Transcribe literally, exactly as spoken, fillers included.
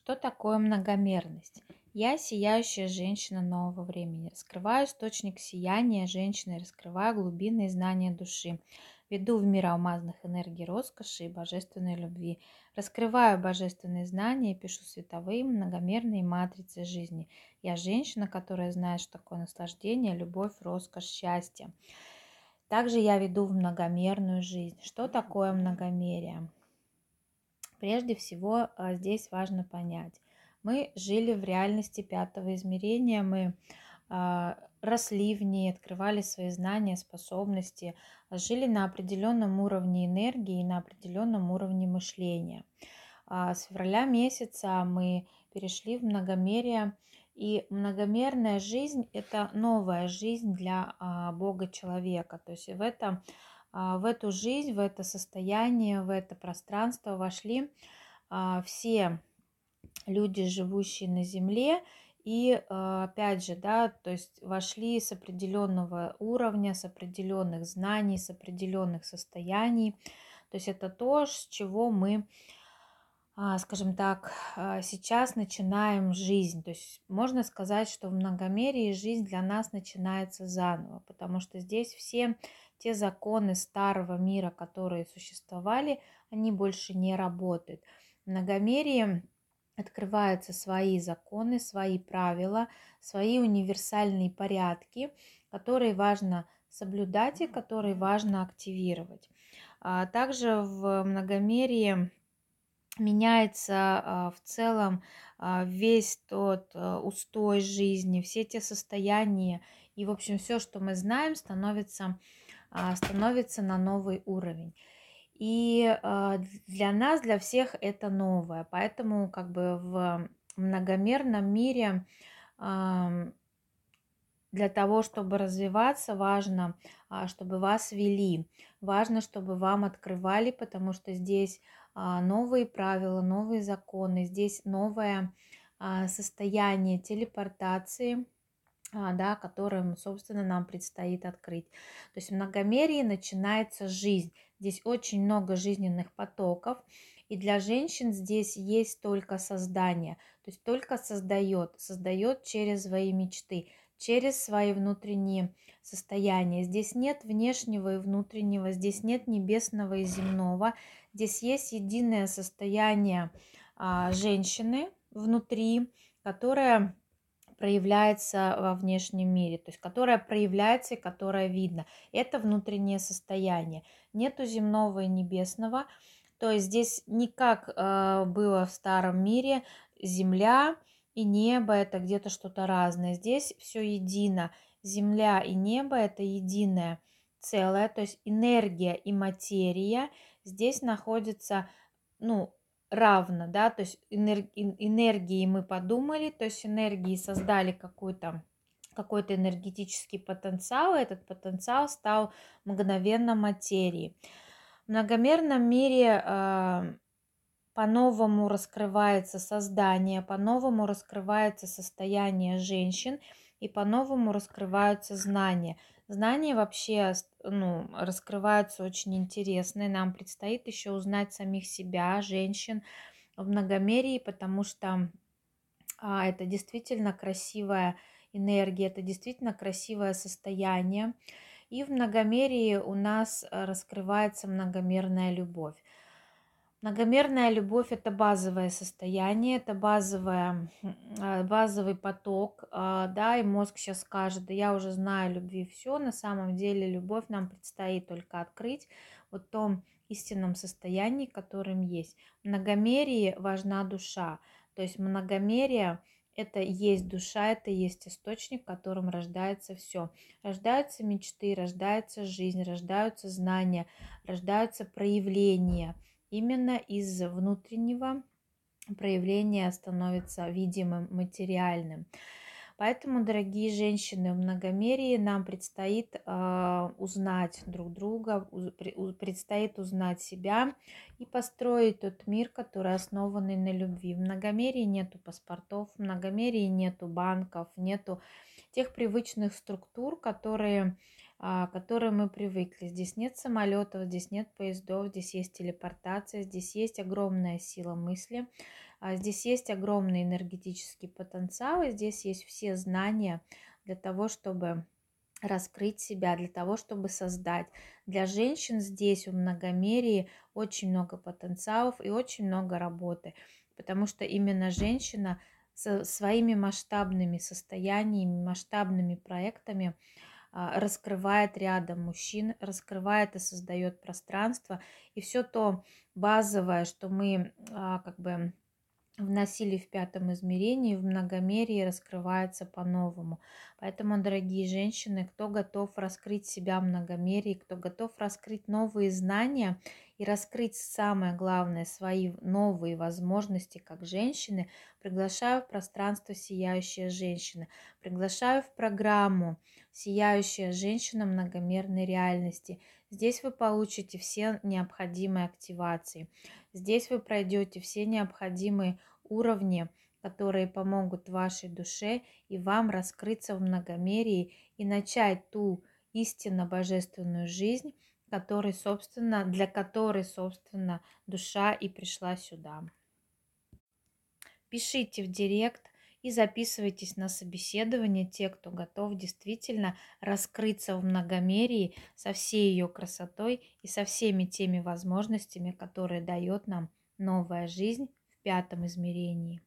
Что такое многомерность? Я сияющая женщина нового времени. Раскрываю источник сияния женщины, раскрываю глубинные знания души. Веду в мир алмазных энергий роскоши и божественной любви. Раскрываю божественные знания и пишу световые многомерные матрицы жизни. Я женщина, которая знает, что такое наслаждение, любовь, роскошь, счастье. Также я веду в многомерную жизнь. Что такое многомерие? Прежде всего, а, здесь важно понять. Мы жили в реальности пятого измерения, мы а, росли в ней, открывали свои знания, способности, а, жили на определенном уровне энергии и на определенном уровне мышления. А С февраля месяца мы перешли в многомерие, и многомерная жизнь– это новая жизнь для а, Бога человека. То есть в это а, в эту жизнь, в это состояние, в это пространство вошли а, все люди, живущие на Земле, и а, опять же, да, то есть вошли с определенного уровня, с определенных знаний, с определенных состояний. То есть это то, с чего мы, а, скажем так, а, сейчас начинаем жизнь. То есть можно сказать, что в многомерии жизнь для нас начинается заново, потому что здесь все те законы старого мира, которые существовали, они больше не работают. В многомерии открываются свои законы, свои правила, свои универсальные порядки, которые важно соблюдать и которые важно активировать. А также в многомерии меняется а, в целом а, весь тот а, устой жизни, все те состояния и, в общем, все, что мы знаем, становится, а, становится на новый уровень. И а, для нас, для всех это новое, поэтому как бы в многомерном мире ам, для того, чтобы развиваться, важно, а, чтобы вас вели, важно, чтобы вам открывали, потому что здесь а, новые правила, новые законы, здесь новое а, состояние телепортации, а, да, которым, собственно, нам предстоит открыть. То есть в многомерии начинается жизнь. Здесь очень много жизненных потоков, и для женщин здесь есть только создание, то есть только создает, создает через свои мечты, через свои внутренние состояния. Здесь нет внешнего и внутреннего, здесь нет небесного и земного, здесь есть единое состояние а, женщины внутри, которое проявляется во внешнем мире, то есть которая проявляется и которая видно. Это внутреннее состояние. Нету земного и небесного, то есть здесь не как э, было в старом мире, земля и небо это где-то что-то разное. Здесь все едино. Земля и небо это единое целое, то есть энергия и материя здесь находятся, ну, равно, да, то есть энер- энергии мы подумали, то есть энергии создали какой-то какой-то энергетический потенциал, и этот потенциал стал мгновенно материей. В многомерном мире э, по-новому раскрывается создание, по-новому раскрывается состояние женщин и по-новому раскрываются знания. Знания вообще, ну, раскрываются очень интересные. Нам предстоит еще узнать самих себя, женщин в многомерии, потому что а, это действительно красивая энергия, это действительно красивое состояние. И в многомерии у нас э, раскрывается многомерная любовь. Многомерная любовь– это базовое состояние, это базовая, а, базовый поток, а, да, и мозг сейчас скажет, да я уже знаю любви все, на самом деле любовь нам предстоит только открыть вот в том истинном состоянии, которым есть. В многомерии важна душа, то есть многомерие– это есть душа, это есть источник, в котором рождается все. Рождаются мечты, рождается жизнь, рождаются знания, рождаются проявления. Именно из внутреннего проявления становится видимым, материальным. Поэтому, дорогие женщины, в многомерии нам предстоит э, узнать друг друга, у, предстоит узнать себя и построить тот мир, который основан на любви. В многомерии нету паспортов, в многомерии нету банков, нету тех привычных структур, которые а, к которой мы привыкли. Здесь нет самолетов, здесь нет поездов, здесь есть телепортация, здесь есть огромная сила мысли, а, здесь есть огромный энергетический потенциал, и здесь есть все знания для того, чтобы раскрыть себя, для того, чтобы создать. Для женщин здесь в многомерии очень много потенциалов и очень много работы, потому что именно женщина со своими масштабными состояниями, масштабными проектами а, раскрывает рядом мужчин, раскрывает и создает пространство. И все то базовое, что мы а, как бы вносили в пятом измерении, в многомерии раскрывается по-новому. Поэтому, дорогие женщины, кто готов раскрыть себя в многомерии, кто готов раскрыть новые знания и раскрыть, самое главное, свои новые возможности как женщины, приглашаю в пространство «Сияющая женщина», приглашаю в программу «Сияющая женщина многомерной реальности». Здесь вы получите все необходимые активации. Здесь вы пройдете все необходимые уровни, которые помогут вашей душе и вам раскрыться в многомерии и начать ту истинно божественную жизнь, который, собственно, для которой, собственно, душа и пришла сюда. Пишите в директ и записывайтесь на собеседование те, кто готов действительно раскрыться в многомерии со всей ее красотой и со всеми теми возможностями, которые дает нам новая жизнь в пятом измерении.